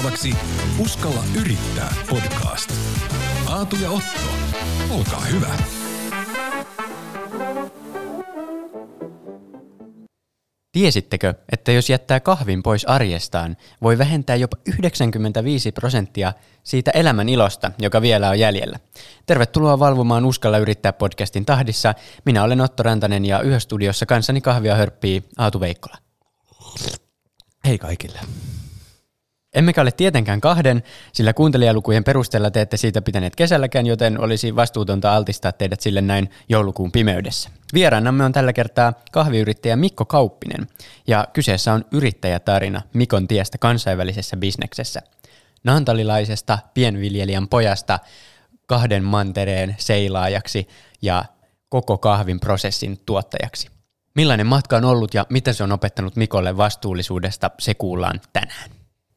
Seuraavaksi Uskalla yrittää podcast. Aatu ja Otto, olkaa hyvä. Tiesittekö, että jos jättää kahvin pois arjestaan, voi vähentää jopa 95% siitä elämän ilosta, joka vielä on jäljellä? Tervetuloa valvomaan Uskalla yrittää podcastin tahdissa. Minä olen Otto Rantanen ja yhdessä studiossa kanssani kahvia hörppii Aatu Veikkola. Hei kaikille. Emmekä ole tietenkään kahden, sillä kuuntelijalukujen perusteella te ette siitä pitäneet kesälläkään, joten olisi vastuutonta altistaa teidät sille näin joulukuun pimeydessä. Vieraanamme on tällä kertaa kahviyrittäjä Mikko Kauppinen, ja kyseessä on yrittäjätarina Mikon tiestä kansainvälisessä bisneksessä. Naantalilaisesta pienviljelijän pojasta 2 mantereen seilaajaksi ja koko kahvin prosessin tuottajaksi. Millainen matka on ollut ja mitä se on opettanut Mikolle vastuullisuudesta, se kuullaan tänään.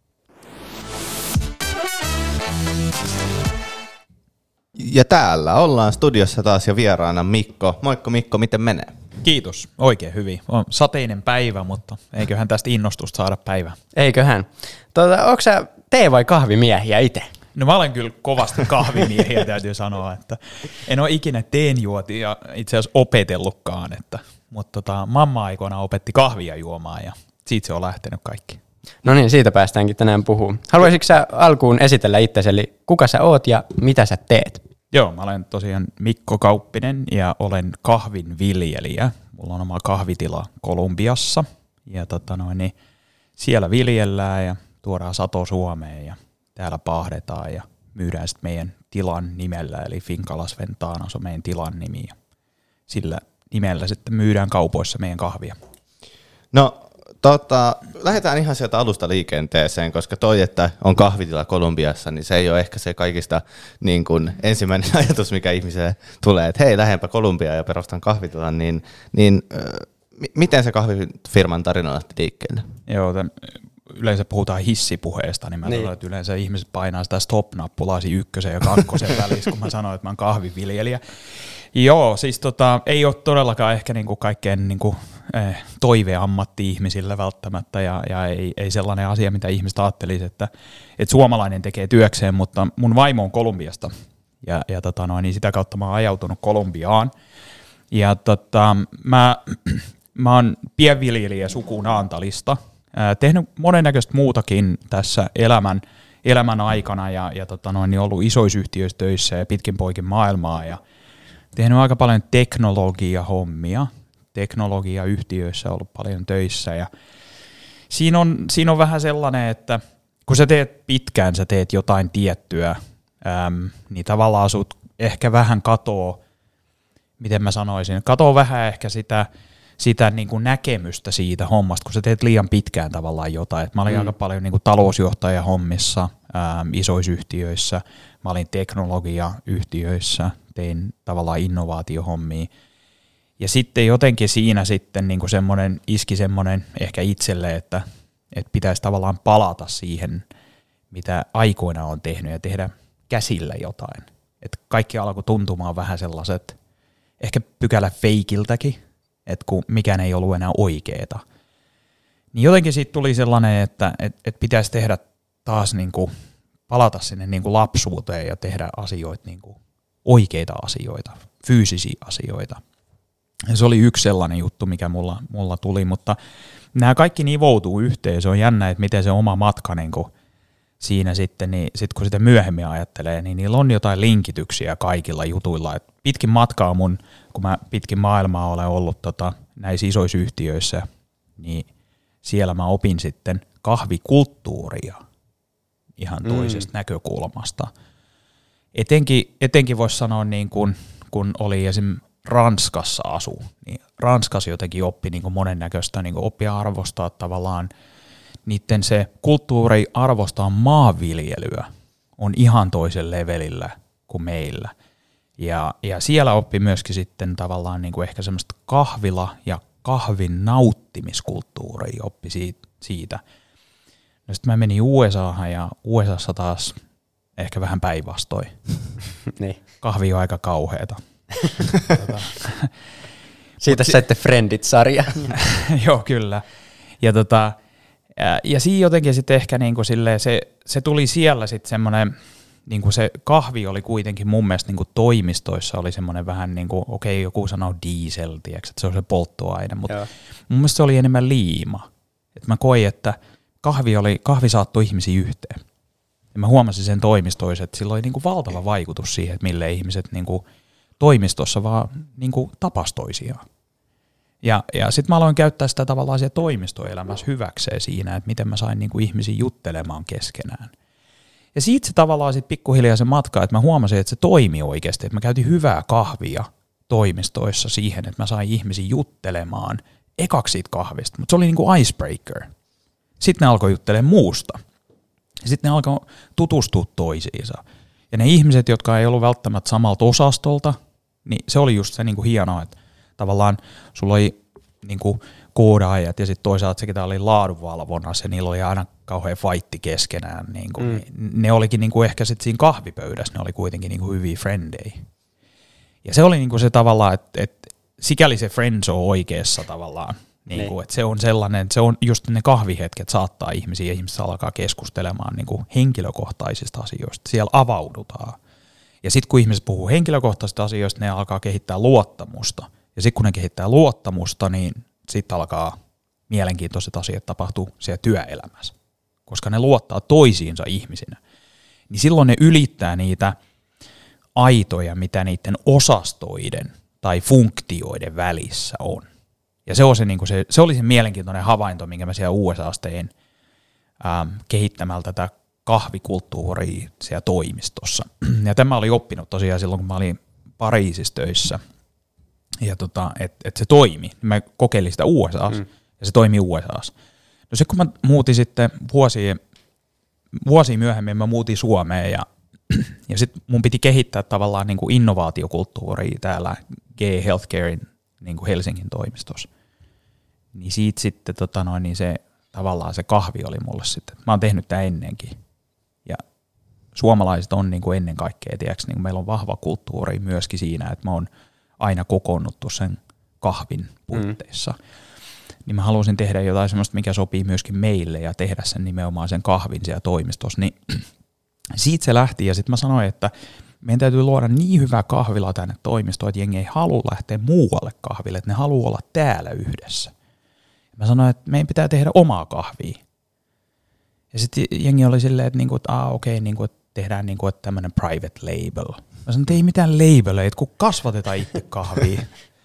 Ja täällä ollaan studiossa taas jo vieraana Mikko. Moikka Mikko, miten menee? Kiitos, oikein hyvin. On sateinen päivä, mutta eiköhän tästä innostusta saada päivä. Eiköhän. Onko sä tee- vai kahvimiehiä itse? No mä olen kyllä kovasti kahvimiehiä, täytyy sanoa, että en ole ikinä teenjuotia itse asiassa opetellutkaan, mutta mamma aikoina opetti kahvia juomaan ja siitä se on lähtenyt kaikki. No niin, siitä päästäänkin tänään puhumaan. Haluaisitko sä alkuun esitellä itsesi, eli kuka sä oot ja mitä sä teet? Joo, mä olen tosiaan Mikko Kauppinen ja olen kahvinviljelijä. Mulla on oma kahvitila Kolumbiassa ja siellä viljellään ja tuodaan sato Suomeen ja täällä paahdetaan ja myydään sitten meidän tilan nimellä, eli Fincalas Ventanas on meidän tilan nimi ja sillä nimellä sitten myydään kaupoissa meidän kahvia. No, lähdetään ihan sieltä alusta liikenteeseen, koska toi, että on kahvitila Kolumbiassa, niin se ei ole ehkä se kaikista niin kuin ensimmäinen ajatus, mikä ihmiselle tulee, että hei, lähdenpä Kolumbiaan ja perustan kahvitilan, miten se kahvifirman tarina lähti liikkeelle? Joo, yleensä puhutaan hissipuheesta, niin mä sanon, että yleensä ihmiset painaa sitä stop-nappulaa 1 ja 2 välissä, kun mä sanoin, että mä oon kahviviljelijä. Joo, siis ei ole todellakaan ehkä niinku kaikkein niinku, toiveammatti-ihmisillä välttämättä ja ei sellainen asia, mitä ihmiset ajattelisi, että suomalainen tekee työkseen, mutta mun vaimo on Kolumbiasta ja niin sitä kautta mä oon ajautunut Kolumbiaan. Ja mä oon pienviljelijä suku Naantalista, tehnyt monennäköistä muutakin tässä elämän aikana ja ollut isoissa yhtiöissä töissä ja pitkin poikin maailmaa ja tehnyt aika paljon teknologiahommia, teknologiayhtiöissä ollut paljon töissä ja siinä on vähän sellainen, että kun sä teet pitkään, sä teet jotain tiettyä, niin tavallaan sut ehkä vähän miten mä sanoisin, vähän ehkä sitä niin kuin näkemystä siitä hommasta, kun sä teet liian pitkään tavallaan jotain. Et mä olin aika paljon niin kuin talousjohtaja hommissa isoissa yhtiöissä, mä olin teknologiayhtiöissä, tein tavallaan innovaatiohommia. Ja sitten jotenkin siinä sitten niin kuin iski semmoinen ehkä itselle, että pitäisi tavallaan palata siihen, mitä aikoina on tehnyt ja tehdä käsillä jotain. Et kaikki alkoi tuntumaan vähän sellaiset, ehkä pykälä feikiltäkin, että kun mikään ei ollut enää oikeeta. Niin jotenkin siitä tuli sellainen, että pitäisi tehdä taas niinku, palata sinne niinku lapsuuteen ja tehdä asioita, niinku, oikeita asioita, fyysisiä asioita. Ja se oli yksi sellainen juttu, mikä mulla tuli, mutta nämä kaikki nivoutuu yhteen. Se on jännä, että miten se oma matka niinku, siinä sitten, niin sit kun sitä myöhemmin ajattelee, niin niillä on jotain linkityksiä kaikilla jutuilla. Et pitkin matkaa kun mä pitkin maailmaa olen ollut näissä isoissa yhtiöissä, niin siellä mä opin sitten kahvikulttuuria ihan toisesta näkökulmasta. Etenkin voisi sanoa, niin kun oli esimerkiksi Ranskassa asu, niin Ranskassa jotenkin oppi niin monennäköistä, niin oppia arvostaa tavallaan niiden se kulttuuri arvostaa maanviljelyä on ihan toisen levelillä kuin meillä. Ja siellä oppi myöskin sitten tavallaan niin kuin ehkä semmoista kahvila- ja kahvin nauttimiskulttuuria oppi siitä. No sitten mä menin USAhan ja USAssa taas ehkä vähän päinvastoin. Niin. Kahvi on aika kauheata. Siitä saitte Friendit-sarja. Joo, kyllä. Ja Ja siinä jotenkin sitten ehkä niinku se tuli siellä sitten semmoinen, niinku se kahvi oli kuitenkin mun mielestä niinku toimistoissa oli semmoinen vähän niinku, okei, joku sanoo diesel, tiiäks, että se on se polttoaine, mutta mun mielestä se oli enemmän liima. Et mä koin, että kahvi saattoi ihmisiä yhteen. Ja mä huomasin sen toimistoissa, että sillä oli niinku valtava vaikutus siihen, että mille ihmiset niinku toimistossa vaan niinku tapas toisiaan. Ja sitten mä aloin käyttää sitä tavallaan siellä toimistoelämässä hyväkseen siinä, että miten mä sain niinku ihmisiä juttelemaan keskenään. Ja siitä se tavallaan sitten pikkuhiljaa se matka, että mä huomasin, että se toimi oikeasti, että mä käytin hyvää kahvia toimistoissa siihen, että mä sain ihmisiä juttelemaan ekaksi siitä kahvista, mutta se oli niinku icebreaker. Sitten ne alkoi juttelemaan muusta. Sitten ne alkoi tutustua toisiinsa. Ja ne ihmiset, jotka ei ollut välttämättä samalta osastolta, niin se oli just se niinku hienoa, että tavallaan sulla oli niinku koodaajat ja sitten toisaalta se, ketä oli laadunvalvonnassa, ja niillä oli aina kauhean fightti keskenään. Niinku. Ne olikin niinku ehkä sitten siinä kahvipöydässä, ne oli kuitenkin niinku hyviä frendejä. Ja se oli niinku se tavallaan, että sikäli se friends on oikeassa tavallaan. Niinku, että se on sellainen, että se on just ne kahvihetket saattaa ihmisiä ja ihmiset alkaa keskustelemaan niinku henkilökohtaisista asioista. Siellä avaudutaan. Ja sitten kun ihmiset puhuu henkilökohtaisista asioista, ne alkaa kehittää luottamusta. Ja sitten kun ne kehittää luottamusta, niin sitten alkaa mielenkiintoiset asiat tapahtuu siellä työelämässä. Koska ne luottaa toisiinsa ihmisinä. Niin silloin ne ylittää niitä aitoja, mitä niiden osastoiden tai funktioiden välissä on. Ja se oli se mielenkiintoinen havainto, minkä mä siellä USA:ssa tein kehittämällä tätä kahvikulttuuria siellä toimistossa. Ja tämä oli oppinut tosiaan silloin, kun mä olin Pariisissa töissä. Ja että se toimi. Mä kokeilin sitä USA:ssa ja se toimi USA:ssa. No se kun mä muutin sitten vuosia myöhemmin, mä muutin Suomeen ja sitten mun piti kehittää tavallaan niin kuin innovaatiokulttuuria täällä G-Healthcarein niin kuin Helsingin toimistossa. Niin siitä sitten niin se tavallaan se kahvi oli mulle sitten. Mä oon tehnyt tämän ennenkin. Ja suomalaiset on niin kuin ennen kaikkea, tiiäks, niin kuin meillä on vahva kulttuuri myöskin siinä, että mä oon aina kokoonnuttu sen kahvin puitteissa. Niin mä halusin tehdä jotain semmoista, mikä sopii myöskin meille ja tehdä sen nimenomaan sen kahvin siellä toimistossa. Niin siitä se lähti ja sitten mä sanoin, että meidän täytyy luoda niin hyvä kahvila tänne toimistoon, että jengi ei halua lähteä muualle kahville, että ne haluaa olla täällä yhdessä. Mä sanoin, että meidän pitää tehdä omaa kahvia. Ja sitten jengi oli silleen, että, että tehdään että tämmöinen private label. Mä sanoin, että ei mitään labeleita, kun kasvatetaan itse kahvia.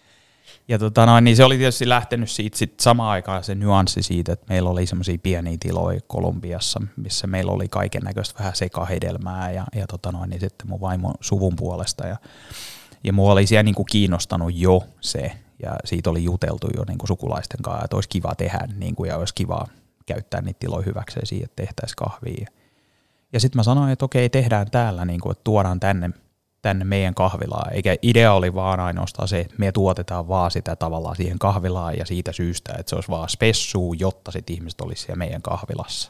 Ja niin se oli tietysti lähtenyt siitä sit samaan aikaan se nyanssi siitä, että meillä oli semmoisia pieniä tiloja Kolumbiassa, missä meillä oli kaiken näköistä vähän sekahedelmää ja niin sitten mun vaimon suvun puolesta. Ja mua oli siellä niinku kiinnostanut jo se, ja siitä oli juteltu jo niinku sukulaisten kanssa, että olisi kiva tehdä niinku, ja olisi kiva käyttää niitä tiloja hyväkseen siihen, että tehtäisiin kahvia. Ja sitten mä sanoin, että okei, tehdään täällä, niinku, että tuodaan tänne meidän kahvilaan, eikä idea oli vaan ainoastaan se, että me tuotetaan vaan sitä tavallaan siihen kahvilaan ja siitä syystä, että se olisi vaan spessuu, jotta sit ihmiset olisi siellä meidän kahvilassa.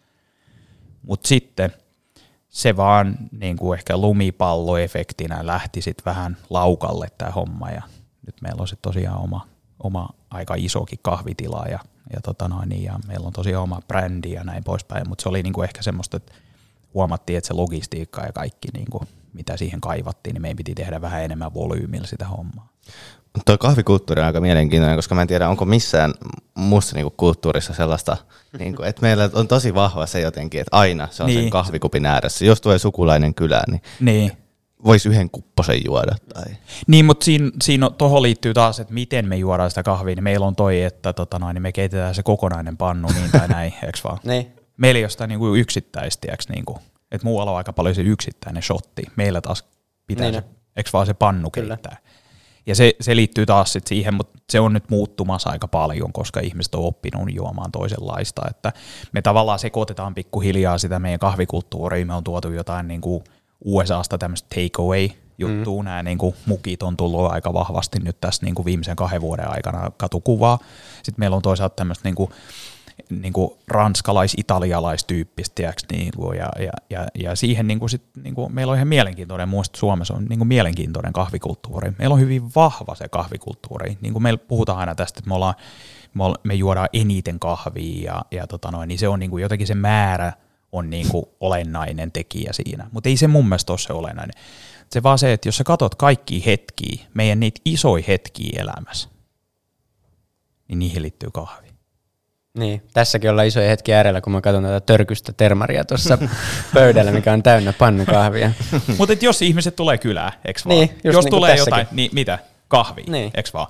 Mutta sitten se vaan niin kuin ehkä lumipalloefektinä lähti sitten vähän laukalle tämä homma ja nyt meillä on sitten tosiaan oma aika isokin kahvitila ja meillä on tosiaan oma brändi ja näin poispäin, mutta se oli niin kuin ehkä semmoista, että huomattiin, että se logistiikka ja kaikki niin kuin mitä siihen kaivattiin, niin meidän piti tehdä vähän enemmän volyymilla sitä hommaa. Tuo kahvikulttuuri on aika mielenkiintoinen, koska mä en tiedä, onko missään muussa niinku kulttuurissa sellaista, niinku, että meillä on tosi vahva se jotenkin, että aina se on sen kahvikupin ääressä. Jos tulee sukulainen kylään, niin voisi yhden kupposen juoda. Tai. Niin, mutta siinä tuohon liittyy taas, että miten me juodaan sitä kahvia. Niin meillä on toi, että niin me keitetään se kokonainen pannu niin tai näin, eikö vaan? Niin. Meillä ei ole sitä niinku yksittäistä, niinku. Että muualla on aika paljon se yksittäinen shotti. Meillä taas pitää se, eikö vaan se pannu keittää. Ja se liittyy taas sit siihen, mutta se on nyt muuttumassa aika paljon, koska ihmiset on oppinut juomaan toisenlaista. Että me tavallaan sekoitetaan pikkuhiljaa sitä meidän kahvikulttuuria. Me on tuotu jotain niin kuin USAsta tämmöistä takeaway-juttua. Nämä niin kuin mukit on tullut aika vahvasti nyt tässä niin kuin viimeisen 2 vuoden aikana katukuvaa. Sitten meillä on toisaalta tämmöistä niinku ranskalais-italialaistyyppistä, ja siihen meillä on ihan mielenkiintoinen, muista Suomessa on mielenkiintoinen kahvikulttuuri. Meillä on hyvin vahva se kahvikulttuuri. Meillä puhutaan aina tästä, että me ollaan me juodaan eniten kahvia ja niin se on niin kuin jotenkin se määrä on niin kuin olennainen tekijä siinä. Mutta ei se mun mielestä ole se olennainen. Se vaan se, että jos sä katot kaikkia hetkiä, meidän niitä isoja hetkiä elämässä, niin niihin liittyy kahvi. Niin, tässäkin ollaan isoja hetkiä äärellä, kun mä katson tätä törkystä termaria tuossa pöydällä, mikä on täynnä pannukahvia. Mutta jos ihmiset tulee kylään, eks vaan? Niin, jos niin tulee jotain, niin mitä? Kahvi, niin. eks vaan?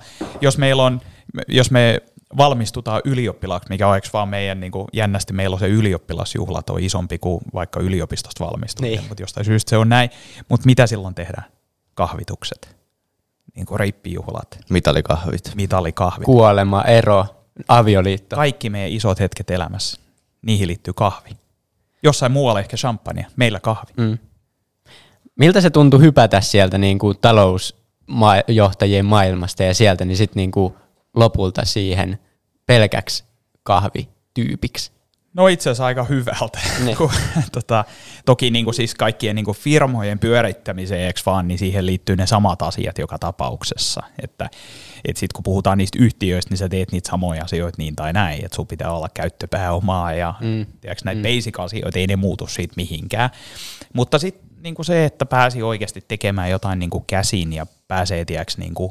Jos me valmistutaan ylioppilaaksi, mikä on eks vaan meidän niin kuin jännästi, meillä on se ylioppilasjuhlat on isompi kuin vaikka yliopistosta valmistuminen, niin. Mutta jostain syystä se on näin. Mutta mitä silloin tehdään? Kahvitukset, niin kuin reippijuhlat. Mitalikahvit. Kuolema, ero, avioliitto. Kaikki meidän isot hetket elämässä, niihin liittyy kahvi. Jossain muualla ehkä champagnea, meillä kahvi. Miltä se tuntui hypätä sieltä niin kuin talousjohtajien maailmasta ja sieltä niin sitten niin kuin lopulta siihen pelkäksi kahvityypiksi? No itse asiassa aika hyvältä. Niin. Toki niin kuin siis kaikkien niin kuin firmojen pyörittämiseen, niin siihen liittyy ne samat asiat joka tapauksessa. Että sitten kun puhutaan niistä yhtiöistä, niin sä teet niitä samoja asioita niin tai näin, että sun pitää olla käyttöpääomaa ja näitä basic asioita, ei ne muutu siitä mihinkään. Mutta sitten niin kuin se, että pääsi oikeasti tekemään jotain niin kuin käsin ja pääsee niin kuin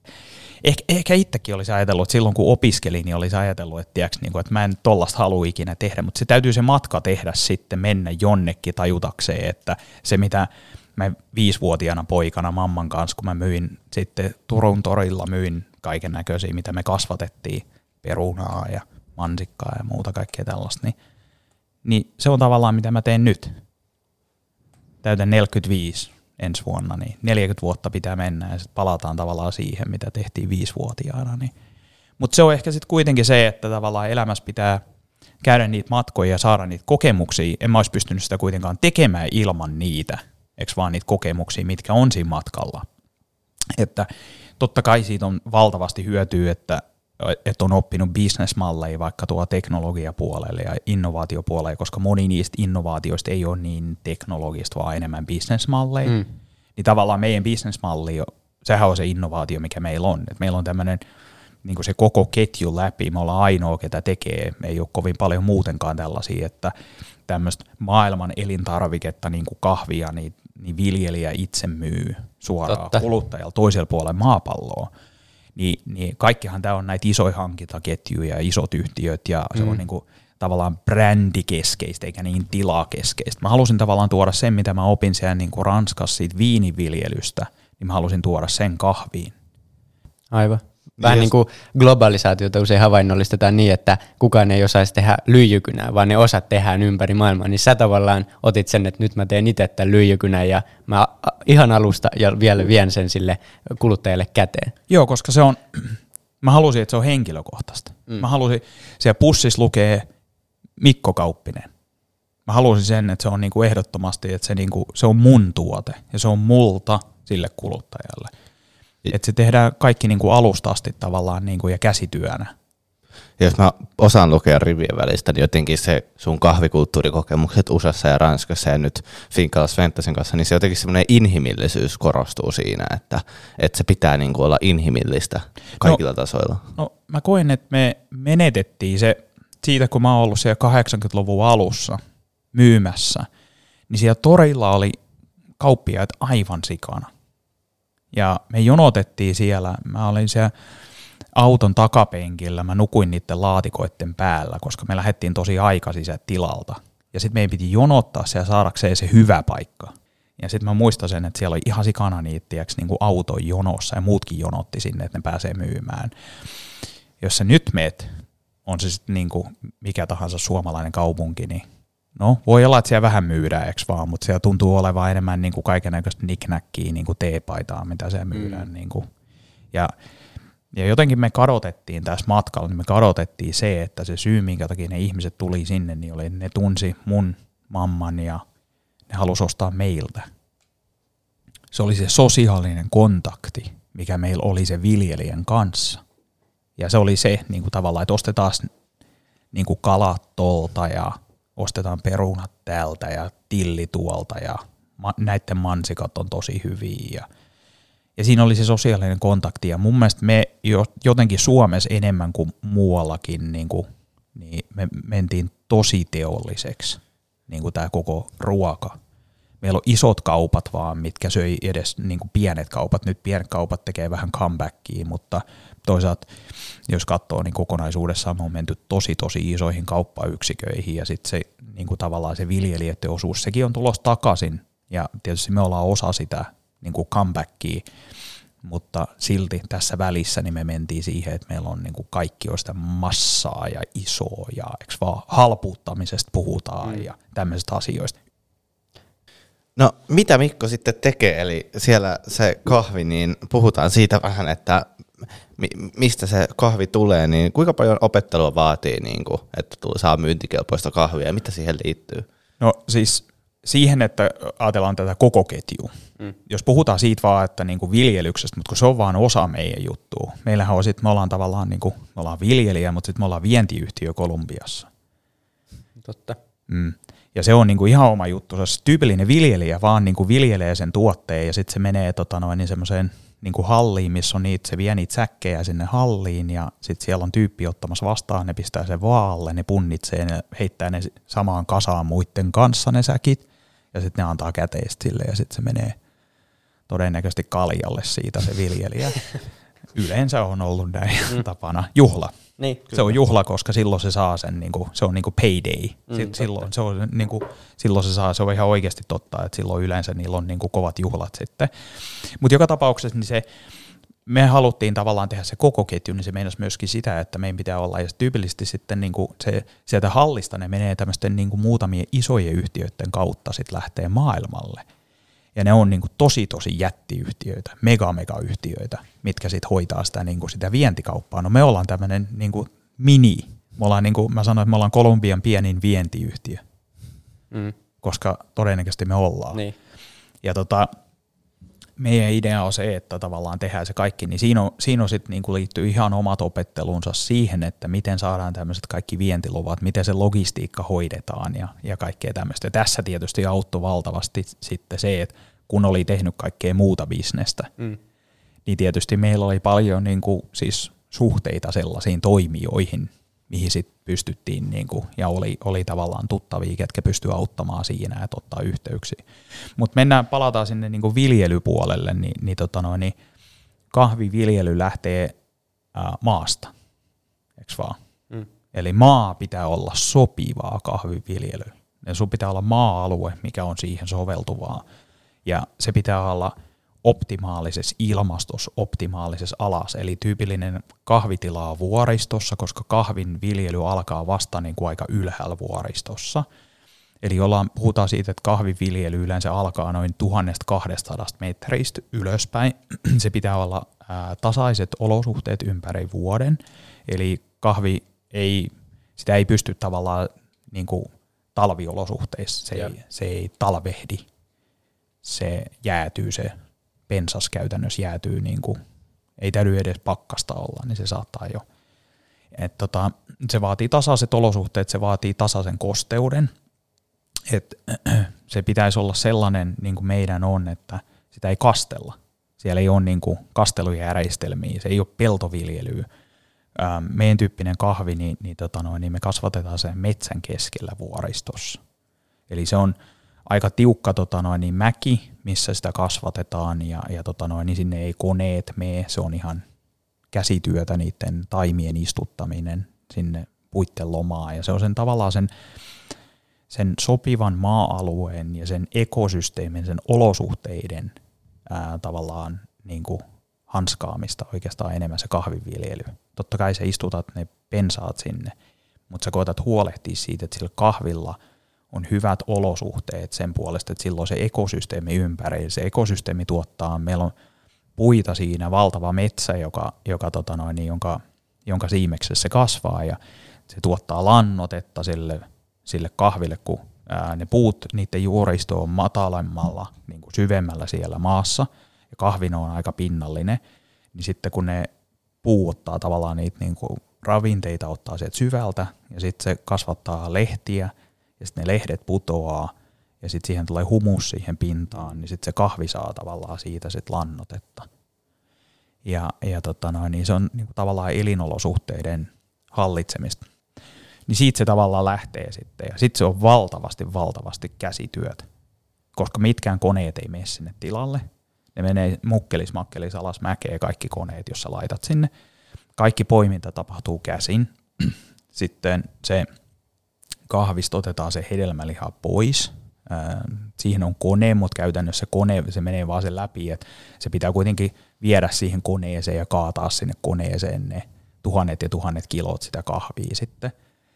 ehkä itsekin olisi ajatellut, että silloin kun opiskelin, niin olisi ajatellut, että mä en tollaista halua ikinä tehdä, mutta se täytyy se matka tehdä sitten, mennä jonnekin tajutakseen, että se mitä mä 5-vuotiaana poikana mamman kanssa, kun mä myin sitten Turun torilla, myin kaiken näköisiä, mitä me kasvatettiin, perunaa ja mansikkaa ja muuta kaikkea tällaista, niin se on tavallaan mitä mä teen nyt. Täytän 45 ensi vuonna, niin 40 vuotta pitää mennä ja sitten palataan tavallaan siihen, mitä tehtiin 5-vuotiaana. Niin. Mutta se on ehkä sitten kuitenkin se, että tavallaan elämässä pitää käydä niitä matkoja ja saada niitä kokemuksia. En mä olisi pystynyt sitä kuitenkaan tekemään ilman niitä, eikö vaan niitä kokemuksia, mitkä on siinä matkalla. Että totta kai siitä on valtavasti hyötyä, että on oppinut bisnesmalleja vaikka tuolla teknologiapuolelle ja innovaatiopuolelle, koska moni niistä innovaatioista ei ole niin teknologista, vaan enemmän bisnesmalleja. Niin tavallaan meidän bisnesmalli, sehän on se innovaatio, mikä meillä on. Et meillä on tämmöinen niin kuin se koko ketju läpi, me ollaan ainoa, ketä tekee. Me ei ole kovin paljon muutenkaan tällaisia, että tämmöistä maailman elintarviketta, niin kuin kahvia, niin viljelijä itse myy suoraan kuluttajalla toisella puolella maapalloa. Niin kaikkihan tämä on näitä isoja hankintaketjuja ja isot yhtiöt ja se on niinku tavallaan brändikeskeistä eikä niin tilakeskeistä. Mä halusin tavallaan tuoda sen, mitä mä opin siellä niinku Ranskassa siitä viiniviljelystä, niin mä halusin tuoda sen kahviin. Aivan. Vähän niin kuin globalisaatiota usein havainnollistetaan niin, että kukaan ei osaisi tehdä lyijykynää, vaan ne osat tehdään ympäri maailmaa. Niin sä tavallaan otit sen, että nyt mä teen itse tämän lyijykynän ja mä ihan alusta ja vielä vien sen sille kuluttajalle käteen. Joo, koska se on, mä halusin, että se on henkilökohtaista. Mä halusin, siellä pussissa lukee Mikko Kauppinen. Mä halusin sen, että se on niinku ehdottomasti, että se on mun tuote ja se on multa sille kuluttajalle. Että se tehdään kaikki niinku alusta asti tavallaan niinku ja käsityönä. Ja jos mä osaan lukea rivien välistä, niin jotenkin se sun kahvikulttuurikokemukset USAssa ja Ranskassa ja nyt Finkalla Sventasin kanssa, niin se jotenkin semmoinen inhimillisyys korostuu siinä, että se pitää niinku olla inhimillistä kaikilla tasoilla. No mä koen, että me menetettiin se siitä, kun mä oon ollut siellä 80-luvun alussa myymässä, niin siellä torilla oli kauppiaat aivan sikana. Ja me jonotettiin siellä, mä olin siellä auton takapenkillä, mä nukuin niiden laatikoiden päällä, koska me lähdettiin tosi aikaisin sieltä tilalta. Ja sitten meidän piti jonottaa siellä saadakseen se hyvä paikka. Ja sitten mä muistan sen, että siellä oli ihan sikana niitä niinku auton jonossa ja muutkin jonotti sinne, että ne pääsee myymään. Jos sä nyt meet, on se sitten niinku mikä tahansa suomalainen kaupunki, niin no, voi olla, että siellä vähän myydään, eikö vaan, mutta siellä tuntuu olevan enemmän niin kuin kaikennäköistä knick-knackia, niin kuin teepaitaa, mitä siellä myydään. Niin kuin. Ja jotenkin me kadotettiin tässä matkalla, niin me kadotettiin se, että se syy, minkä takia ne ihmiset tuli sinne, niin oli, ne tunsi mun mamman ja ne halusi ostaa meiltä. Se oli se sosiaalinen kontakti, mikä meillä oli se viljelijän kanssa. Ja se oli se niin kuin tavallaan, että ostetaan niin kuin kalat tolta ja ostetaan perunat täältä ja tilli tuolta ja näiden mansikat on tosi hyviä. Ja siinä oli se sosiaalinen kontakti, ja mun mielestä me jotenkin Suomessa enemmän kuin muuallakin, niin me mentiin tosi teolliseksi, niin kuin tämä koko ruoka. Meillä on isot kaupat vaan, mitkä söi edes niin kuin pienet kaupat. Nyt pienet kaupat tekee vähän comebackia, mutta toisaalta jos katsoo, niin kokonaisuudessaan me on menty tosi isoihin kauppayksiköihin, ja sitten se niin kuin tavallaan se viljelijöiden osuus, sekin on tulossa takaisin, ja tietysti me ollaan osa sitä niin kuin comebackia, mutta silti tässä välissä niin me mentiin siihen, että meillä on niin kuin kaikki on sitä massaa ja isoa, ja eikö vaan halpuuttamisesta puhutaan ja tämmöisistä asioista. No mitä Mikko sitten tekee, eli siellä se kahvi, niin puhutaan siitä vähän, että mistä se kahvi tulee, niin kuinka paljon opettelua vaatii, niin kuin, että saa myyntikelpoista kahvia ja mitä siihen liittyy? No siis siihen, että ajatellaan tätä koko ketjua. Jos puhutaan siitä vaan, että niin kuin viljelyksestä, mutta kun se on vaan osa meidän juttua. Meillähän on sitten, me ollaan tavallaan niin kuin, me ollaan viljelijä, mutta sitten me ollaan vientiyhtiö Kolumbiassa. Totta. Ja se on niinku ihan oma juttu. Se on tyypillinen viljelijä, vaan niinku viljelee sen tuotteen ja sitten se menee niin semmoiseen niinku halliin, missä on se vie niitä säkkejä sinne halliin ja sitten siellä on tyyppi ottamassa vastaan, ne pistää sen vaalle, ne punnitsee, ne heittää ne samaan kasaan muiden kanssa ne säkit ja sitten ne antaa käteistä sille ja sitten se menee todennäköisesti kaljalle siitä se viljelijä. Yleensä on ollut näin tapana. Juhla. Niin, se on juhla, koska silloin se saa sen, niinku, se on niinku payday. Silloin se saa, se on ihan oikeasti totta, että silloin yleensä niillä on niinku kovat juhlat sitten. Mutta joka tapauksessa niin me haluttiin tavallaan tehdä se koko ketju, niin se meinasi myöskin sitä, että meidän pitää olla, ja tyypillisesti sitten niinku sieltä hallista ne menee tämmöisten niinku muutamien isojen yhtiöiden kautta sitten lähtee maailmalle. Ja ne on niinku tosi jättiyhtiöitä, mega-yhtiöitä, mitkä sitten hoitaa sitä, niinku sitä vientikauppaa. No me ollaan tämmöinen niinku mini. Me ollaan, niinku, mä sanoin, että me ollaan Kolumbian pienin vientiyhtiö, koska todennäköisesti me ollaan. Niin. Ja meidän idea on se, että tavallaan tehdään se kaikki, niin siinä on sitten niinku liittyy ihan omat opettelunsa siihen, että miten saadaan tämmöiset kaikki vientiluvat, miten se logistiikka hoidetaan ja kaikkea tämmöistä. Ja tässä tietysti auttoi valtavasti sitten se, että kun oli tehnyt kaikkea muuta bisnestä, niin tietysti meillä oli paljon niinku siis suhteita sellaisiin toimijoihin, mihin sitten pystyttiin, niinku, ja oli tavallaan tuttavia, ketkä pystyivät auttamaan siinä, että ottaa yhteyksiä. Mutta palataan sinne niinku viljelypuolelle, niin kahviviljely lähtee maasta, eikö vaan? Eli maa pitää olla sopivaa kahviviljelyä. Ja sun pitää olla maa-alue, mikä on siihen soveltuvaa. Ja se pitää olla optimaalisessa ilmastossa, optimaalisessa alassa, eli tyypillinen kahvitila on vuoristossa, koska kahvin viljely alkaa vasta niin kuin aika ylhäällä vuoristossa. Eli puhutaan siitä, että kahviviljely yleensä alkaa noin 1200 metristä ylöspäin. Se pitää olla tasaiset olosuhteet ympäri vuoden, eli kahvi sitä ei pysty tavallaan niin kuin talviolosuhteissa, se ei talvehdi, se jäätyy, se pensas käytännössä jäätyy, niin kuin, ei täydy edes pakkasta olla, niin se saattaa jo. Se vaatii tasaiset olosuhteet, se vaatii tasaisen kosteuden, että se pitäisi olla sellainen, niin kuin meidän on, että sitä ei kastella. Siellä ei ole niin kuin kastelujärjestelmiä, se ei ole peltoviljelyä. Meidän tyyppinen kahvi, niin me kasvatetaan sen metsän keskellä vuoristossa. Eli se on aika tiukka mäki, missä sitä kasvatetaan, ja niin sinne ei koneet mene, se on ihan käsityötä niiden taimien istuttaminen sinne puitten lomaan, ja se on sen tavallaan sen sopivan maa-alueen ja sen ekosysteemin, sen olosuhteiden tavallaan niin kuin hanskaamista oikeastaan enemmän se kahviviljely. Totta kai sä istutat ne pensaat sinne, mutta sä koetat huolehtia siitä, että sillä kahvilla on hyvät olosuhteet sen puolesta, että silloin se ekosysteemi ympärillä, se ekosysteemi tuottaa, meillä on puita siinä, valtava metsä, jonka siimeksessä se kasvaa, ja se tuottaa lannotetta sille kahville, kun ne puut, niiden juuristo on matalemmalla, niin kuin syvemmällä siellä maassa, ja kahvino on aika pinnallinen, niin sitten kun ne puu ottaa tavallaan niitä niin kuin ravinteita, ottaa sieltä syvältä, ja sitten se kasvattaa lehtiä, ja sitten ne lehdet putoaa, ja sitten siihen tulee humus siihen pintaan, niin sitten se kahvi saa tavallaan siitä sit lannotetta. Ja niin se on niin kuin tavallaan elinolosuhteiden hallitsemista. Niin siitä se tavallaan lähtee sitten. Ja sitten se on valtavasti käsityötä. Koska mitkään koneet ei mene sinne tilalle. Ne menee mukkelis alas mäkeä kaikki koneet, jos sä laitat sinne. Kaikki poiminta tapahtuu käsin. Sitten se kahvista otetaan se hedelmäliha pois. Siihen on kone, mutta käytännössä kone, se menee vaan sen läpi, että se pitää kuitenkin viedä siihen koneeseen ja kaataa sinne koneeseen ne tuhannet ja tuhannet kilot sitä kahvia sitten.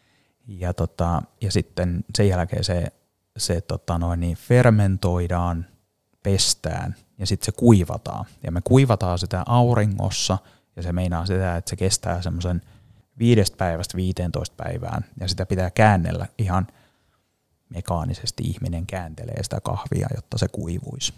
Ja sitten sen jälkeen se fermentoidaan, pestään ja sitten se kuivataan. Ja me kuivataan sitä auringossa ja se meinaa sitä, että se kestää semmoisen 5 päivästä 15 päivään ja sitä pitää käännellä ihan mekaanisesti. Ihminen kääntelee sitä kahvia, jotta se kuivuisi.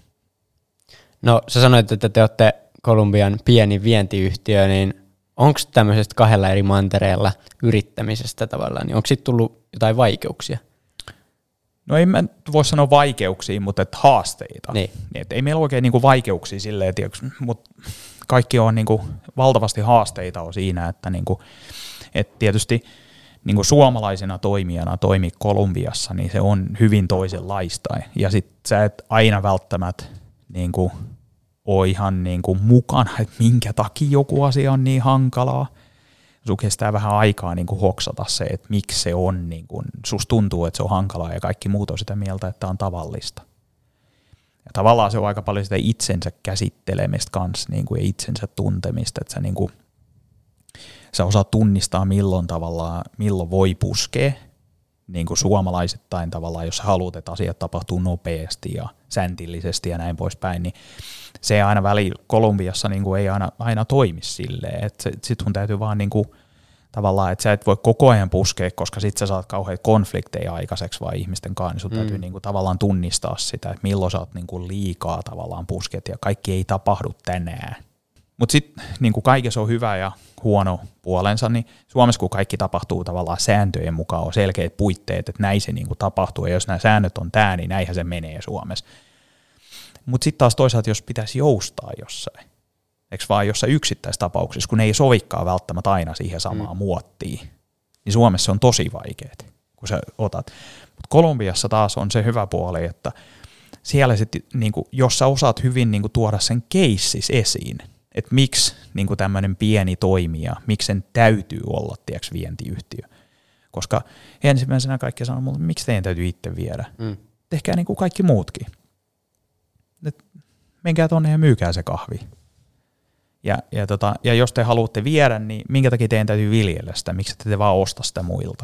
No sä sanoit, että te olette Kolumbian pieni vientiyhtiö, niin onko tämmöisestä 2 eri mantereella yrittämisestä tavallaan, niin onko siitä tullut jotain vaikeuksia? No ei mä voi sanoa vaikeuksia, mutta haasteita. Niin. Et ei meillä oikein niinku vaikeuksia silleen, mutta kaikki on niinku valtavasti haasteita on siinä, että niinku, et tietysti niinku suomalaisena toimijana toimi Kolumbiassa, niin se on hyvin toisenlaista. Ja sit sä et aina välttämättä niinku ole ihan niinku mukana, että minkä takia joku asia on niin hankalaa. Sun kestää vähän aikaa niin kuin hoksata se, että miksi se on, niin kuin, susta tuntuu, että se on hankalaa ja kaikki muut on sitä mieltä, että on tavallista. Ja tavallaan se on aika paljon sitä itsensä käsittelemistä kanssa niin kuin, ja itsensä tuntemista, että niin kuin, sä osaat tunnistaa milloin voi puskea, niin kuin suomalaisittain tavallaan, jos sä haluat, että asiat tapahtuu nopeasti ja säntillisesti ja näin poispäin, niin se ei aina Kolumbiassa niin kuin ei aina toimi silleen, että sit sun täytyy vaan niin kuin, tavallaan, että sä et voi koko ajan puskea, koska sit sä saat kauheita konflikteja aikaiseksi vaan ihmisten kanssa, niin sun täytyy niin kuin, tavallaan tunnistaa sitä, että milloin sä oot niin kuin liikaa tavallaan pusket ja kaikki ei tapahdu tänään. Mutta sitten niin kuin kaikessa on hyvä ja huono puolensa, niin Suomessa kun kaikki tapahtuu tavallaan sääntöjen mukaan, on selkeät puitteet, että näin se niin kuin tapahtuu, ja jos nämä säännöt on tää, niin näinhän se menee Suomessa. Mutta sitten taas toisaalta, jos pitäisi joustaa jossain, eikö vaan jossain yksittäistapauksissa, kun ne ei sovikaan välttämättä aina siihen samaan muottiin, niin Suomessa on tosi vaikeet, kun sä otat. Mutta Kolumbiassa taas on se hyvä puoli, että siellä sit, niinku, jos sä osaat hyvin niinku, tuoda sen keissis esiin, että miksi niinku, tämmöinen pieni toimija, miksi sen täytyy olla vientiyhtiö. Koska ensimmäisenä kaikki sanoo, mutta miksi teidän täytyy itse viedä? Tehkää niin kuin kaikki muutkin. Menkää tonne ja myykää se kahvi. Ja jos te haluatte viedä, niin minkä takia teidän täytyy viljellä sitä? Miksi te vaan osta sitä muilta?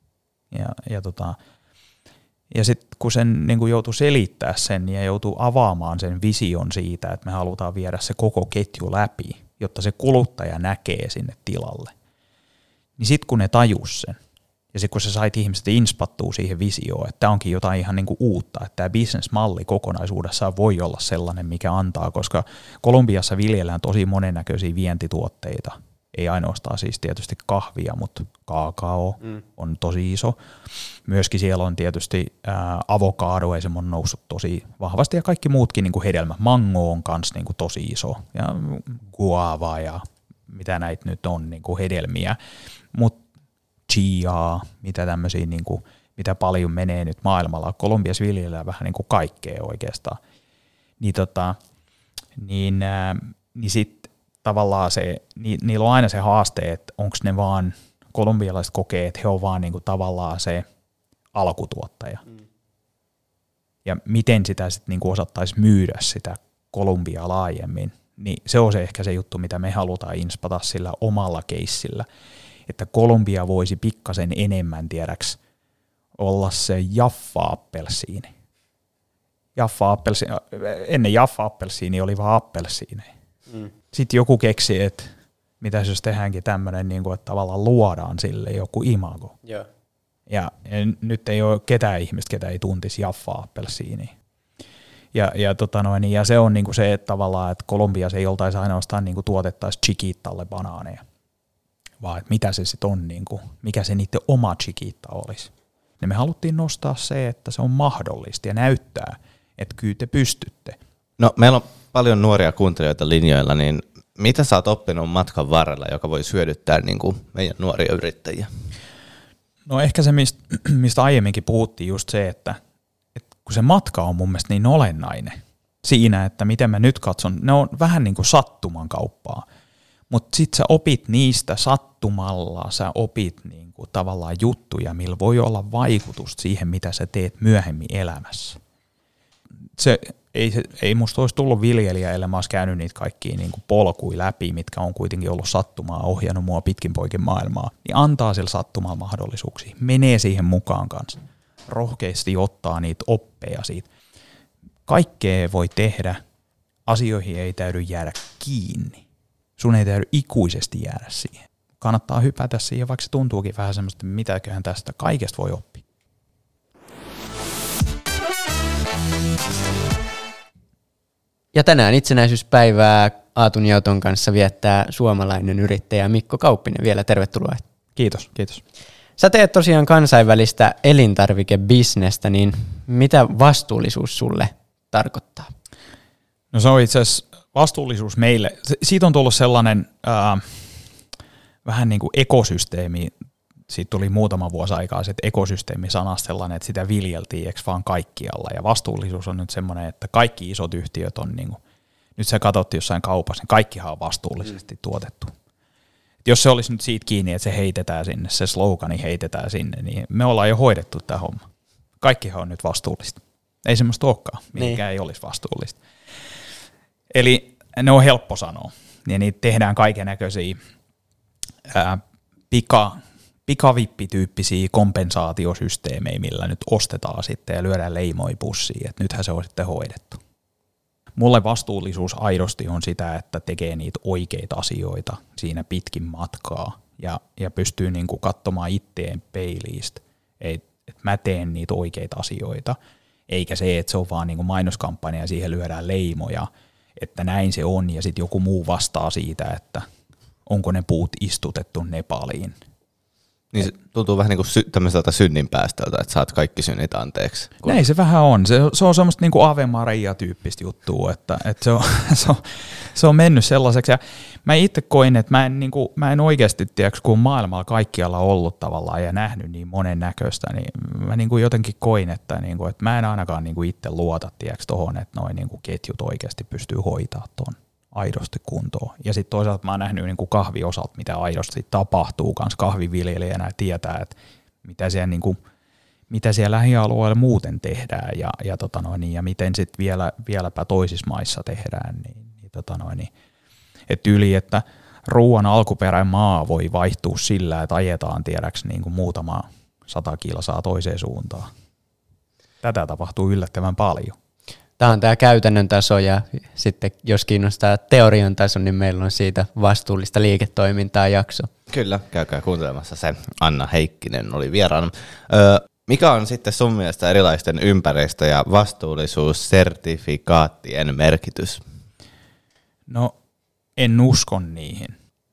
Ja sitten kun sen niin kuin joutuu selittää sen ja joutuu avaamaan sen vision siitä, että me halutaan viedä se koko ketju läpi, jotta se kuluttaja näkee sinne tilalle, niin sitten kun ne tajus sen, ja sitten kun sä sait ihmiset inspattua siihen visioon, että tämä onkin jotain ihan niin kuin uutta, että tämä business-malli kokonaisuudessaan voi olla sellainen, mikä antaa, koska Kolumbiassa viljellään tosi monennäköisiä vientituotteita, ei ainoastaan siis tietysti kahvia, mutta kaakao on tosi iso. Myöskin siellä on tietysti avokado, ei semmoinen noussut tosi vahvasti, ja kaikki muutkin niin kuin hedelmät. Mango on kanssa niin kuin tosi iso, ja guava ja mitä näitä nyt on, niin kuin hedelmiä. Mutta chia, mitä tämmöisiä, niin kuin, mitä paljon menee nyt maailmalla. Kolumbiassa viljellään vähän niin kuin kaikkea oikeastaan. Niin sitten tavallaan niillä on aina se haaste, että onko ne vaan, kolumbialaiset kokee, että he on vaan niin kuin tavallaan se alkutuottaja. Ja miten sitä sitten niin kuin osattaisi myydä sitä Kolumbiaa laajemmin, niin se on se ehkä se juttu, mitä me halutaan inspata sillä omalla keissillä. Että Kolumbia voisi pikkasen enemmän, tiedäks, olla se Jaffa-appelsiini. Ennen Jaffa-appelsiini oli vaan appelsiini. Sitten joku keksi, että mitä jos tehdäänkin tämmöinen, niin kuin, että tavallaan luodaan sille joku imago. Joo. Ja nyt ei ole ketään ihmistä, ketä ei tuntisi Jaffa-appelsiiniä. Ja se on niin kuin se, että tavallaan, että Kolumbiassa ei oltaisi ainoastaan niin kuin tuotettaisi Chiquitalle banaaneja, vaan että mitä se sitten on, niin kuin, mikä se niiden oma Chiquita olisi. Ja me haluttiin nostaa se, että se on mahdollista ja näyttää, että kyllä te pystytte. No meillä on paljon nuoria kuuntelijoita linjoilla, niin mitä sä oot oppinut matkan varrella, joka voi hyödyttää niin kuin meidän nuoria yrittäjiä? No ehkä se, mistä aiemminkin puhuttiin, just se, että kun se matka on mun mielestä niin olennainen siinä, että miten mä nyt katson, ne on vähän niin kuin sattuman kauppaa, mutta sit sä opit niistä sattumalla, sä opit niin kuin tavallaan juttuja, millä voi olla vaikutusta siihen, mitä sä teet myöhemmin elämässä. Ei musta olisi tullut viljelijä, ellei mä olisi käynyt niitä kaikkia niin kuin polkuja läpi, mitkä on kuitenkin ollut sattumaa, ohjannut mua pitkin poikin maailmaa, niin antaa sillä sattumalla mahdollisuuksia, menee siihen mukaan kanssa, rohkeasti ottaa niitä oppeja siitä. Kaikkea voi tehdä, asioihin ei täydy jäädä kiinni, sun ei täydy ikuisesti jäädä siihen. Kannattaa hypätä siihen, vaikka se tuntuukin vähän semmoista, että mitäköhän tästä kaikesta voi oppia. Ja tänään itsenäisyyspäivää Aatun ja Oton kanssa viettää suomalainen yrittäjä Mikko Kauppinen. Vielä tervetuloa. Kiitos. Sä teet tosiaan kansainvälistä elintarvikebisnestä, niin mitä vastuullisuus sulle tarkoittaa? No se on itse asiassa vastuullisuus meille. Siitä on tullut sellainen vähän niin kuin ekosysteemi. Siitä tuli muutama vuosi aikaa sitten ekosysteemi-sana sellainen, että sitä viljeltiin eikö vaan kaikkialla. Ja vastuullisuus on nyt semmoinen, että kaikki isot yhtiöt on, niin kuin, nyt sä katsot jossain kaupassa, niin kaikkihan on vastuullisesti tuotettu. Et jos se olisi nyt siitä kiinni, että se heitetään sinne, se slogani heitetään sinne, niin me ollaan jo hoidettu tämä homma. Kaikkihan on nyt vastuullista. Ei semmoista olekaan, mikä ei olisi vastuullista. Eli ne on helppo sanoa. Ja niitä tehdään kaiken näköisiä pikavippityyppisiä kompensaatiosysteemejä, millä nyt ostetaan sitten ja lyödään leimoja pussiin, että nythän se on sitten hoidettu. Mulle vastuullisuus aidosti on sitä, että tekee niitä oikeita asioita siinä pitkin matkaa ja pystyy niinku katsomaan itteen peiliistä, että mä teen niitä oikeita asioita, eikä se, että se on vaan niinku mainoskampanja ja siihen lyödään leimoja, että näin se on ja sitten joku muu vastaa siitä, että onko ne puut istutettu Nepaliin. Niin se tuntuu vähän niin kuin tämmöiseltä synninpäästöltä, että saat kaikki synnit anteeksi. Näin se vähän on. Se on semmoista niin kuin Ave Maria-tyyppistä juttua, että se on mennyt sellaiseksi. Ja mä itse koin, että mä en oikeasti tiedä, kun maailmalla kaikkialla ollut tavallaan ja nähnyt niin monennäköistä, niin mä niin kuin jotenkin koin, että mä en ainakaan niin kuin itse luota tuohon, että noin niin kuin ketjut oikeasti pystyy hoitaa tuon aidosti kuntoon. Ja sitten toisaalta mä oon nähnyt niin kuin kahviosalta, mitä aidosti tapahtuu kans kahviviljelijänä ja tietää, että mitä siellä lähialueella muuten tehdään ja miten sitten vieläpä toisissa maissa tehdään. Että ruoan alkuperämaa voi vaihtua sillä, että ajetaan tiedäks niin kuin muutama 100 kilsaa toiseen suuntaan. Tätä tapahtuu yllättävän paljon. Tämä on tämä käytännön taso ja sitten jos kiinnostaa teorian taso, niin meillä on siitä vastuullista liiketoimintaa jakso. Kyllä, käykää kuuntelemassa se. Anna Heikkinen oli vieraana. Mikä on sitten sun mielestä erilaisten ympäristö- ja vastuullisuussertifikaattien merkitys? No en usko niihin.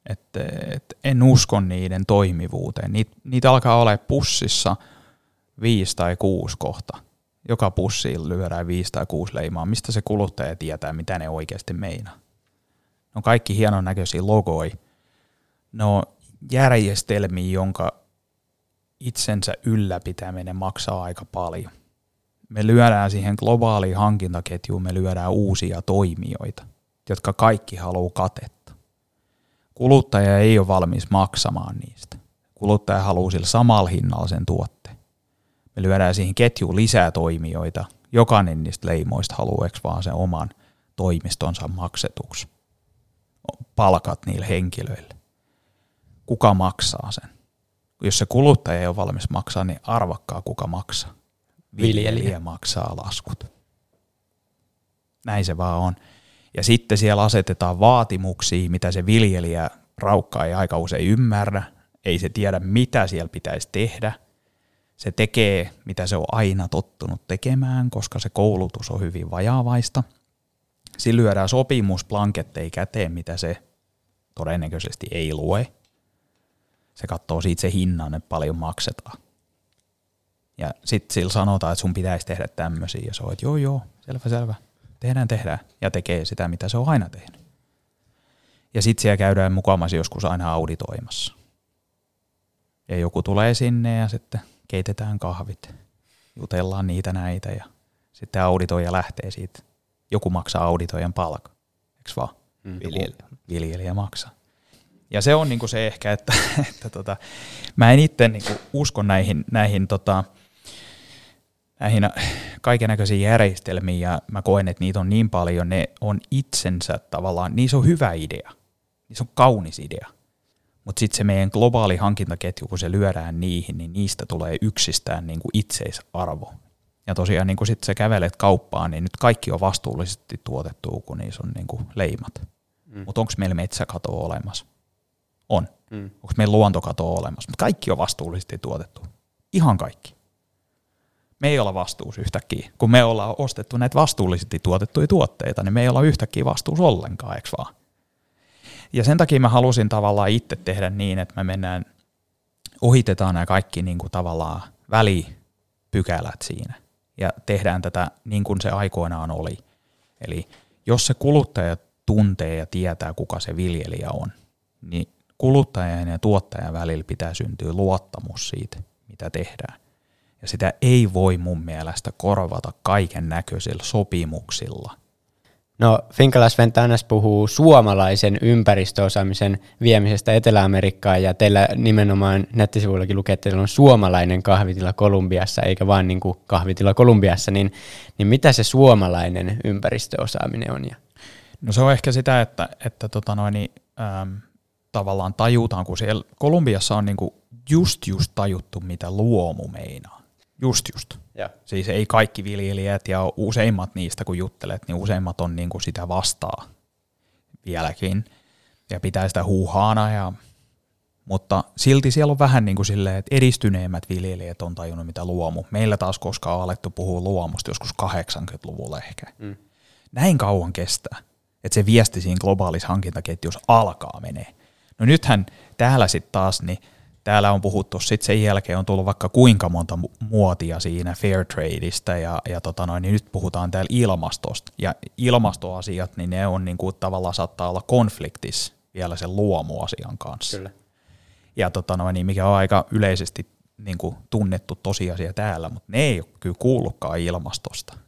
En usko niiden toimivuuteen. Niitä alkaa olla pussissa 5 tai 6 kohta. Joka pussiin lyödään 5 tai 6 leimaa. Mistä se kuluttaja tietää, mitä ne oikeasti meinaa? Ne on kaikki hienon näköisiä logoja. Ne on järjestelmiä, jonka itsensä ylläpitäminen maksaa aika paljon. Me lyödään siihen globaaliin hankintaketjuun, me lyödään uusia toimijoita, jotka kaikki haluaa katetta. Kuluttaja ei ole valmis maksamaan niistä. Kuluttaja haluaa sillä samalla hinnalla sen tuotteen. Me lyödään siihen ketjuun lisää toimijoita. Jokainen niistä leimoista haluaa vaan sen oman toimistonsa maksetuksi. Palkat niille henkilöille. Kuka maksaa sen? Jos se kuluttaja ei ole valmis maksaa, niin arvakkaa kuka maksaa. Viljelijä maksaa laskut. Näin se vaan on. Ja sitten siellä asetetaan vaatimuksia, mitä se viljelijä raukka ei aika usein ymmärrä. Ei se tiedä, mitä siellä pitäisi tehdä. Se tekee, mitä se on aina tottunut tekemään, koska se koulutus on hyvin vajaavaista. Sillä lyödään sopimusplanketteja käteen, mitä se todennäköisesti ei lue. Se katsoo siitä se hinnan, että paljon maksetaan. Ja sitten sillä sanotaan, että sun pitäisi tehdä tämmöisiä. Ja se on, että joo, selvä. Tehdään. Ja tekee sitä, mitä se on aina tehnyt. Ja sitten siellä käydään mukavasti joskus aina auditoimassa. Ja joku tulee sinne ja sitten keitetään kahvit, jutellaan niitä näitä ja sitten auditoija lähtee siitä. Joku maksaa auditoijan palkan, eikö vaan? Viljelijä maksaa. Ja se on niinku se ehkä, että mä en itse niinku usko näihin kaikennäköisiin järjestelmiin ja mä koen, että niitä on niin paljon, ne on itsensä tavallaan, niissä on hyvä idea, niissä on kaunis idea, mutta sitten se meidän globaali hankintaketju, kun se lyödään niihin, niin niistä tulee yksistään niinku itseisarvo. Ja tosiaan niin kun sit sä kävelet kauppaan, niin nyt kaikki on vastuullisesti tuotettu, kun niissä on niinku leimat. Mutta onko meillä metsäkatoa olemassa? On. Onko meillä luontokatoa olemassa? Mutta kaikki on vastuullisesti tuotettu. Ihan kaikki. Me ei olla vastuus yhtäkkiä. Kun me ollaan ostettu näitä vastuullisesti tuotettuja tuotteita, niin me ei olla yhtäkkiä vastuus ollenkaan, eikö vaan? Ja sen takia mä halusin tavallaan itse tehdä niin, että me ohitetaan nämä kaikki niin kuin tavallaan välipykälät siinä. Ja tehdään tätä niin kuin se aikoinaan oli. Eli jos se kuluttaja tuntee ja tietää, kuka se viljelijä on, niin kuluttajan ja tuottajan välillä pitää syntyä luottamus siitä, mitä tehdään. Ja sitä ei voi mun mielestä korvata kaiken näköisillä sopimuksilla. No, Finkalas Ventanas puhuu suomalaisen ympäristöosaamisen viemisestä Etelä-Amerikkaan, ja teillä nimenomaan nettisivuillakin lukee, että teillä on suomalainen kahvitila Kolumbiassa, eikä vaan niin kuin kahvitila Kolumbiassa, niin mitä se suomalainen ympäristöosaaminen on? No se on ehkä sitä, että tavallaan tajutaan, kun siellä Kolumbiassa on niinku just tajuttu, mitä luomu meinaa. Just. Ja. Siis ei kaikki viljelijät ja useimmat niistä, kun juttelet, niin useimmat on niinku sitä vastaa vieläkin ja pitää sitä huuhaana. Mutta silti siellä on vähän niin kuin silleen, että edistyneemmät viljelijät on tajunnut, mitä luomu. Meillä taas koskaan on alettu puhua luomusta joskus 80-luvulla ehkä. Näin kauan kestää, että se viesti siinä globaalissa hankintaketjussa alkaa menee. No nythän täällä sitten taas, niin täällä on puhuttu, sitten sen jälkeen on tullut vaikka kuinka monta muotia siinä Fairtradeista niin nyt puhutaan täällä ilmastosta. Ja ilmastoasiat, niin ne on niin kuin tavallaan saattaa olla konfliktissa vielä sen luomuasian kanssa. Kyllä. Ja mikä on aika yleisesti niin kuin tunnettu tosiasia täällä, mutta ne ei ole kyllä kuullutkaan ilmastosta.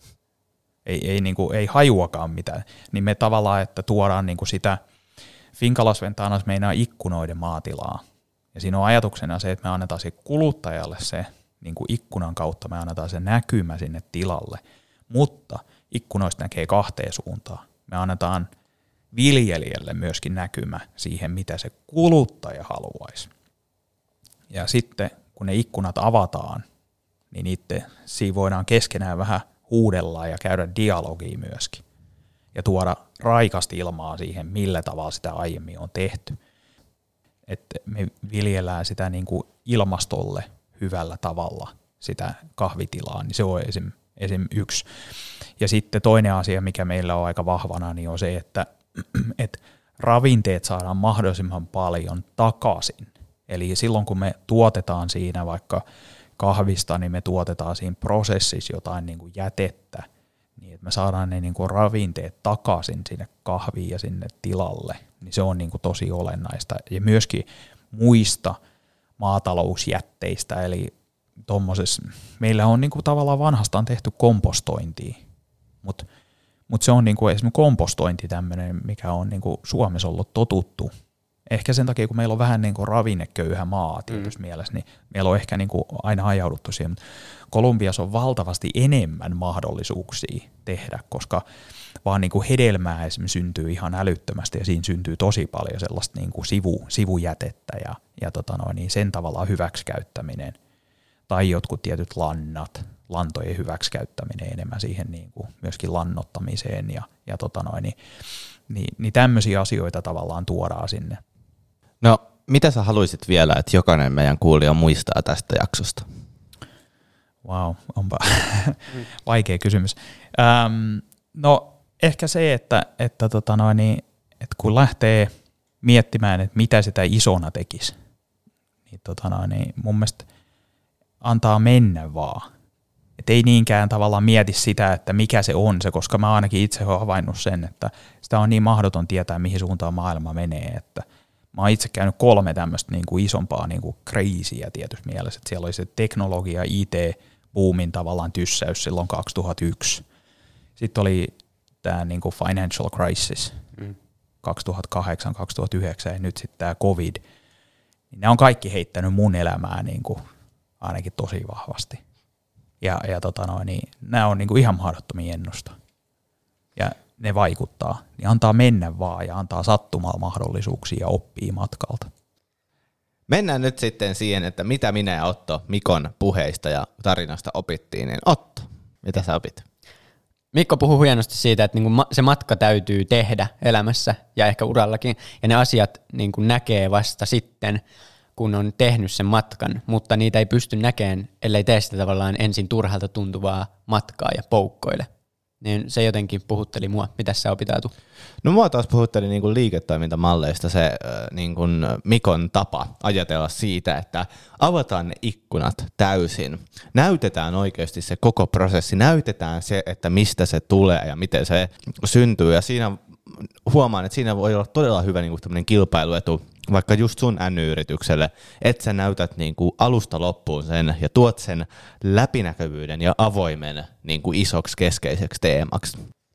Ei hajuakaan mitään. Niin me tavallaan, että tuodaan niin kuin sitä, Finkalas Ventanas meinaa ikkunoiden maatilaa. Ja siinä on ajatuksena se, että me annetaan se kuluttajalle se niin kuin ikkunan kautta, me annetaan se näkymä sinne tilalle. Mutta ikkunoista näkee kahteen suuntaan. Me annetaan viljelijälle myöskin näkymä siihen, mitä se kuluttaja haluaisi. Ja sitten kun ne ikkunat avataan, niin itse siinä voidaan keskenään vähän huudella ja käydä dialogia myöskin. Ja tuoda raikasti ilmaa siihen, millä tavalla sitä aiemmin on tehty. Että me viljellään sitä niin kuin ilmastolle hyvällä tavalla, sitä kahvitilaa, niin se on esim. Yksi. Ja sitten toinen asia, mikä meillä on aika vahvana, niin on se, että ravinteet saadaan mahdollisimman paljon takaisin. Eli silloin, kun me tuotetaan siinä vaikka kahvista, niin me tuotetaan siinä prosessissa jotain niin kuin jätettä, niin että me saadaan ne niin kuin ravinteet takaisin sinne kahviin ja sinne tilalle, niin se on niin kuin tosi olennaista. Ja myöskin muista maatalousjätteistä, eli meillä on niin kuin tavallaan vanhastaan tehty kompostointia, mutta se on niin kuin esimerkiksi kompostointi tämmöinen, mikä on niin kuin Suomessa ollut totuttu. Ehkä sen takia, kun meillä on vähän niin kuin ravinneköyhä maa tietysti mielessä, niin meillä on ehkä niin kuin aina ajauduttu siihen. Mutta Kolumbiassa on valtavasti enemmän mahdollisuuksia tehdä, koska vaan niin kuin hedelmää esimerkiksi syntyy ihan älyttömästi ja siinä syntyy tosi paljon sellaista niin kuin sivujätettä ja sen tavallaan hyväksikäyttäminen tai jotkut tietyt lantojen hyväksikäyttäminen enemmän siihen niin kuin myöskin lannoittamiseen niin tämmöisiä asioita tavallaan tuodaan sinne. No, mitä sä haluaisit vielä, että jokainen meidän kuulija muistaa tästä jaksosta? Vau, onpa vaikea kysymys. No, ehkä se, että kun lähtee miettimään, että mitä sitä isona tekisi, niin mun mielestä antaa mennä vaan. Et ei niinkään tavallaan mieti sitä, että mikä se on se, koska mä ainakin itse olen havainnut sen, että sitä on niin mahdoton tietää, mihin suuntaan maailma menee, että mä oon itse käynyt 3 tämmöistä niin kuin isompaa niin kuin crazyä tietyssä mielessä, että siellä oli se teknologia, IT-boomin tavallaan tyssäys silloin 2001. Sitten oli tämä niin kuin financial crisis 2008-2009 ja nyt sitten tämä COVID. Ne on kaikki heittänyt mun elämää niin kuin ainakin tosi vahvasti. Ja nämä on niin kuin ihan mahdottomia ennustaa. Ja ne vaikuttaa. Niin antaa mennä vaan ja antaa sattumalla mahdollisuuksia ja oppii matkalta. Mennään nyt sitten siihen, että mitä minä ja Otto Mikon puheista ja tarinasta opittiin. Niin Otto, mitä sä opit? Mikko puhui hienosti siitä, että niinku se matka täytyy tehdä elämässä ja ehkä urallakin, ja ne asiat niinku näkee vasta sitten, kun on tehnyt sen matkan, mutta niitä ei pysty näkemään, ellei tee sitä tavallaan ensin turhalta tuntuvaa matkaa ja poukkoile. Niin se jotenkin puhutteli mua. Mitäs sä opit, Aatu? No mua taas puhutteli niinku liiketoimintamalleista se niinku Mikon tapa ajatella siitä, että avataan ne ikkunat täysin. Näytetään oikeasti se koko prosessi, näytetään se, että mistä se tulee ja miten se syntyy. Ja siinä huomaan, että siinä voi olla todella hyvä niinku tämmöinen kilpailuetu, vaikka just sun NY-yritykselle, että sä näytät niinku alusta loppuun sen ja tuot sen läpinäkyvyyden ja avoimen niinku isoksi keskeiseksi teemaksi.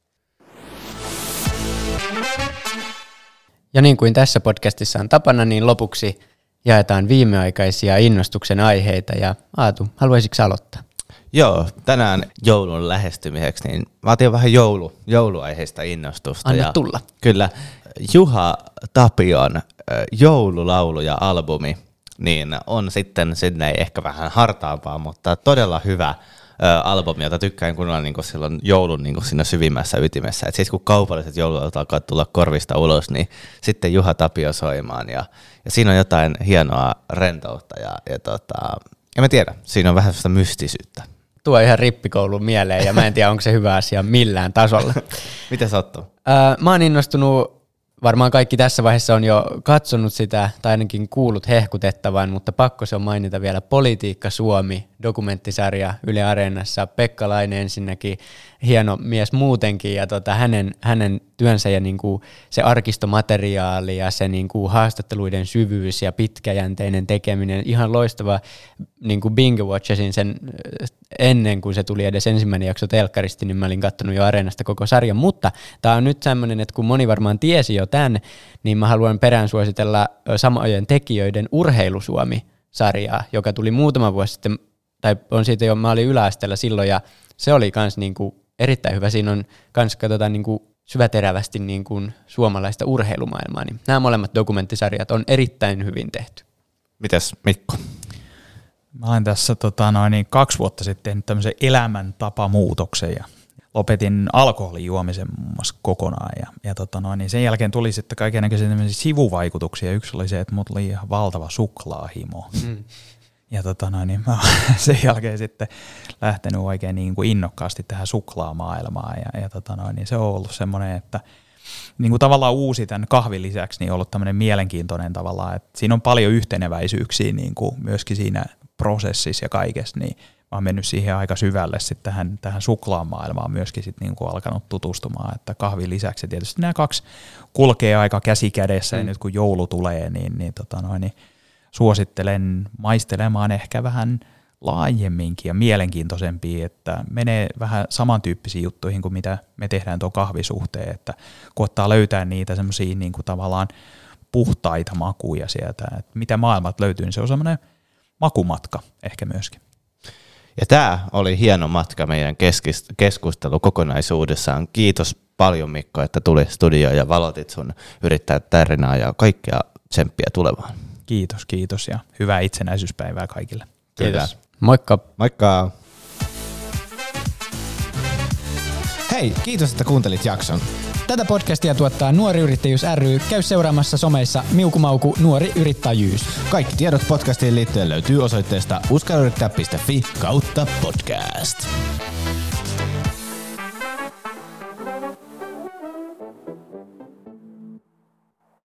Ja niin kuin tässä podcastissa on tapana, niin lopuksi jaetaan viimeaikaisia innostuksen aiheita. Ja Aatu, haluaisitko aloittaa? Joo, tänään joulun lähestymiseksi, niin vaatii vähän jouluaiheista innostusta. Anna tulla. Kyllä, Juha Tapion joululaulu ja albumi, niin on sitten sinne ehkä vähän hartaampaa, mutta todella hyvä albumi, jota tykkään kuunnella niin silloin joulun niin siinä syvimmässä ytimessä. Et siis kun kaupalliset joululaulut alkaa tulla korvista ulos, niin sitten Juha Tapio soimaan. Ja siinä on jotain hienoa rentoutta ja en mä tiedä, siinä on vähän sellaista mystisyyttä. Tuo ihan rippikoulun mieleen ja mä en tiedä, onko se hyvä asia millään tasolla. Miten sä Otto? Mä oon innostunut, varmaan kaikki tässä vaiheessa on jo katsonut sitä tai ainakin kuullut hehkutettavan, mutta pakko se on mainita vielä Politiikka Suomi -dokumenttisarja Yle Areenassa. Pekka Laine ensinnäkin, hieno mies muutenkin, ja hänen työnsä ja niinku se arkistomateriaali ja se niinku haastatteluiden syvyys ja pitkäjänteinen tekeminen, ihan loistava. Niinku binge-watchasin sen ennen kuin se tuli edes ensimmäinen jakso telkkaristi, niin mä olin katsonut jo Areenasta koko sarjan, mutta tää on nyt semmoinen, että kun moni varmaan tiesi jo tän, niin mä haluan perään suositella samojen tekijöiden Urheilusuomi-sarjaa, joka tuli muutama vuosi sitten, tai on siitä jo, mä olin yläasteella silloin, ja se oli kans niinku erittäin hyvä. Siinä on kans, katsotaan niinku syväterävästi niinku suomalaista urheilumaailmaa, niin nämä molemmat dokumenttisarjat on erittäin hyvin tehty. Mitäs Mikko? Mä olen tässä 2 vuotta sitten tehnyt tämmöisen elämäntapamuutoksen ja lopetin alkoholin juomisen muun muassa kokonaan. Ja niin sen jälkeen tuli sitten kaikennäköisiä sivuvaikutuksia. Yksi oli se, että mut oli ihan valtava suklaahimo. Ja mä olen sen jälkeen sitten lähtenyt oikein niin kuin innokkaasti tähän suklaamaailmaan. Ja se on ollut semmoinen, että niin kuin tavallaan uusi tämän kahvin lisäksi niin on ollut tämmöinen mielenkiintoinen tavallaan, että siinä on paljon yhteneväisyyksiä niin kuin myöskin siinä prosessissa ja kaikessa, niin mä oon mennyt siihen aika syvälle sitten tähän suklaamaailmaan myöskin sitten niin kuin alkanut tutustumaan, että kahvin lisäksi tietysti nämä 2 kulkee aika käsi kädessä ja nyt kun joulu tulee, niin suosittelen maistelemaan ehkä vähän laajemminkin ja mielenkiintoisempia, että menee vähän samantyyppisiin juttuihin kuin mitä me tehdään tuon kahvisuhteen, että koettaa löytää niitä semmoisia niin kuin tavallaan puhtaita makuja sieltä, että mitä maailmat löytyy, niin se on semmoinen makumatka ehkä myöskin. Ja tämä oli hieno matka meidän keskustelu kokonaisuudessaan. Kiitos paljon Mikko, että tuli studioon ja valotit sun yrittää tarinaa ja kaikkea tsemppiä tulevaan. Kiitos ja hyvää itsenäisyyspäivää kaikille. Kiitos. Moikka. Moikka. Hei, kiitos, että kuuntelit jakson. Tätä podcastia tuottaa Nuori Yrittäjyys ry. Käy seuraamassa someissa Miukumauku Nuori Yrittäjyys. Kaikki tiedot podcastiin liittyen löytyy osoitteesta uskallayrittää.fi/podcast.